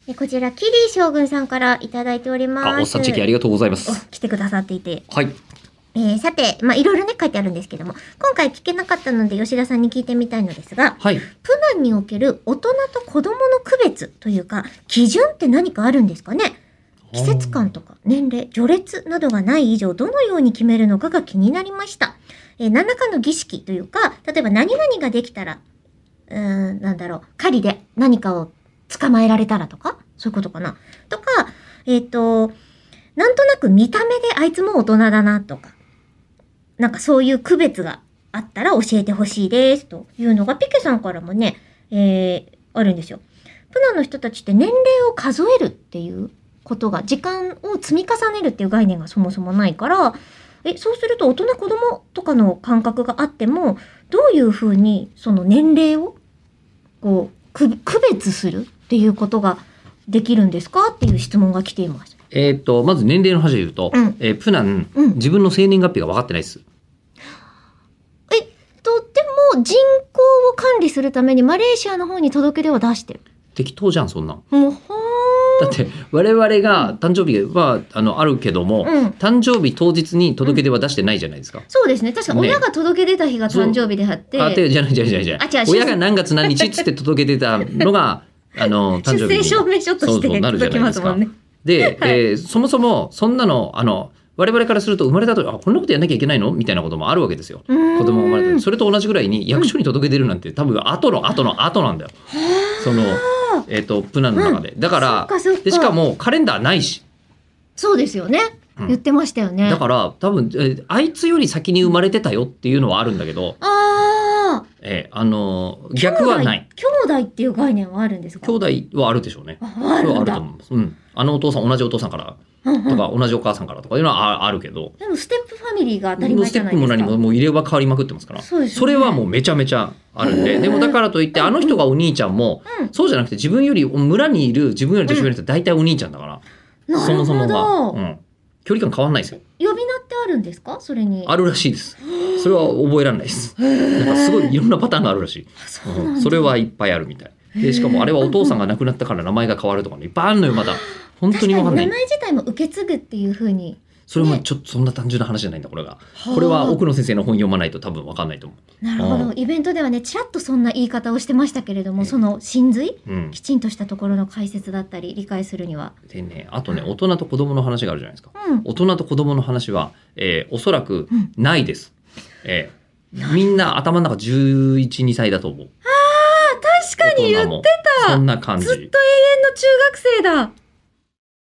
こちら、キリー将軍さんからいただいております。 おっさんチェキありがとうございます。 来てくださっていて。 はい。 さて、いろいろね、書いてあるんですけども、今回聞けなかったので、吉田さんに聞いてみたいのですが、 はい。 プナンにおける大人と子供の区別というか、基準って何かあるんですかね？季節感とか年齢、序列などがない以上、どのように決めるのかが気になりました。何らかの儀式というか、例えば何々ができたら、狩りで何かを捕まえられたらとか、そういうことかな。とか、なんとなく見た目であいつも大人だなとか、なんかそういう区別があったら教えてほしいですというのがピケさんからもね、あるんですよ。プナンの人たちって年齢を数えるっていうことが、時間を積み重ねるっていう概念がそもそもないから、そうすると大人子供とかの感覚があっても、どういうふうにその年齢をこう区別するっていうことができるんですかっていう質問が来ています。 まず年齢の話で言うと、プナン、自分の生年月日が分かってないです。 でも人口を管理するためにマレーシアの方に届け出は出してる。 適当じゃん、そんなん。 もうだって我々が誕生日はあるけども、誕生日当日に届け出は出してないじゃないですか。 そうですね。確か親が届け出た日が誕生日であって。 じゃない。親が何月何日っつって届け出たのが誕生日に。 出生証明書として届きますもんね。 で、そもそもそんなの我々からすると生まれたとこんなことやんなきゃいけないのみたいなこともあるわけですよ。子供が生まれた。それと同じぐらいに役所に届け出るなんて多分後なんだよ。そのプナンの中で。だからでしかもカレンダーないし。 そうですよね。言ってましたよね。 だから多分あいつより先に生まれてたよっていうのはあるんだけど。逆はない。 兄弟っていう概念はあるんですか？ 兄弟はあるでしょうね。 あるんだ。 あると思います。お父さん同じお父さんからとか同じお母さんからとかいうのはあるけど。 でもステップファミリーが当たり前じゃないですか。 ステップも何ももう入れ歯変わりまくってますから。それはもうめちゃめちゃあるんで。でもだからといってあの人がお兄ちゃんもそうじゃなくて自分より村にいる自分より年上の人は大体お兄ちゃんだから。そもそもが距離感変わんないですよ。 呼び名ってあるんですか？それに。 あるらしいです。それは覚えられないです。なんかすごいいろんなパターンがあるらしい。それはいっぱいあるみたい。でしかもあれはお父さんが亡くなったから名前が変わるとかね、いっぱいあるのよまだ。本当にわかんない。 名前自体も受け継ぐっていう風に。 それもちょっとそんな単純な話じゃないんだこれが。これは奥野先生の本読まないと多分わかんないと思う。 なるほど。イベントではねちらっとそんな言い方をしてましたけれども、その真髄、きちんとしたところの解説だったり理解するには。 でね、あとね大人と子供の話があるじゃないですか。大人と子供の話はおそらくないです。みんな頭の中11、2歳だと思う。 確かに言ってた。 そんな感じ。 ずっと永遠の中学生だ。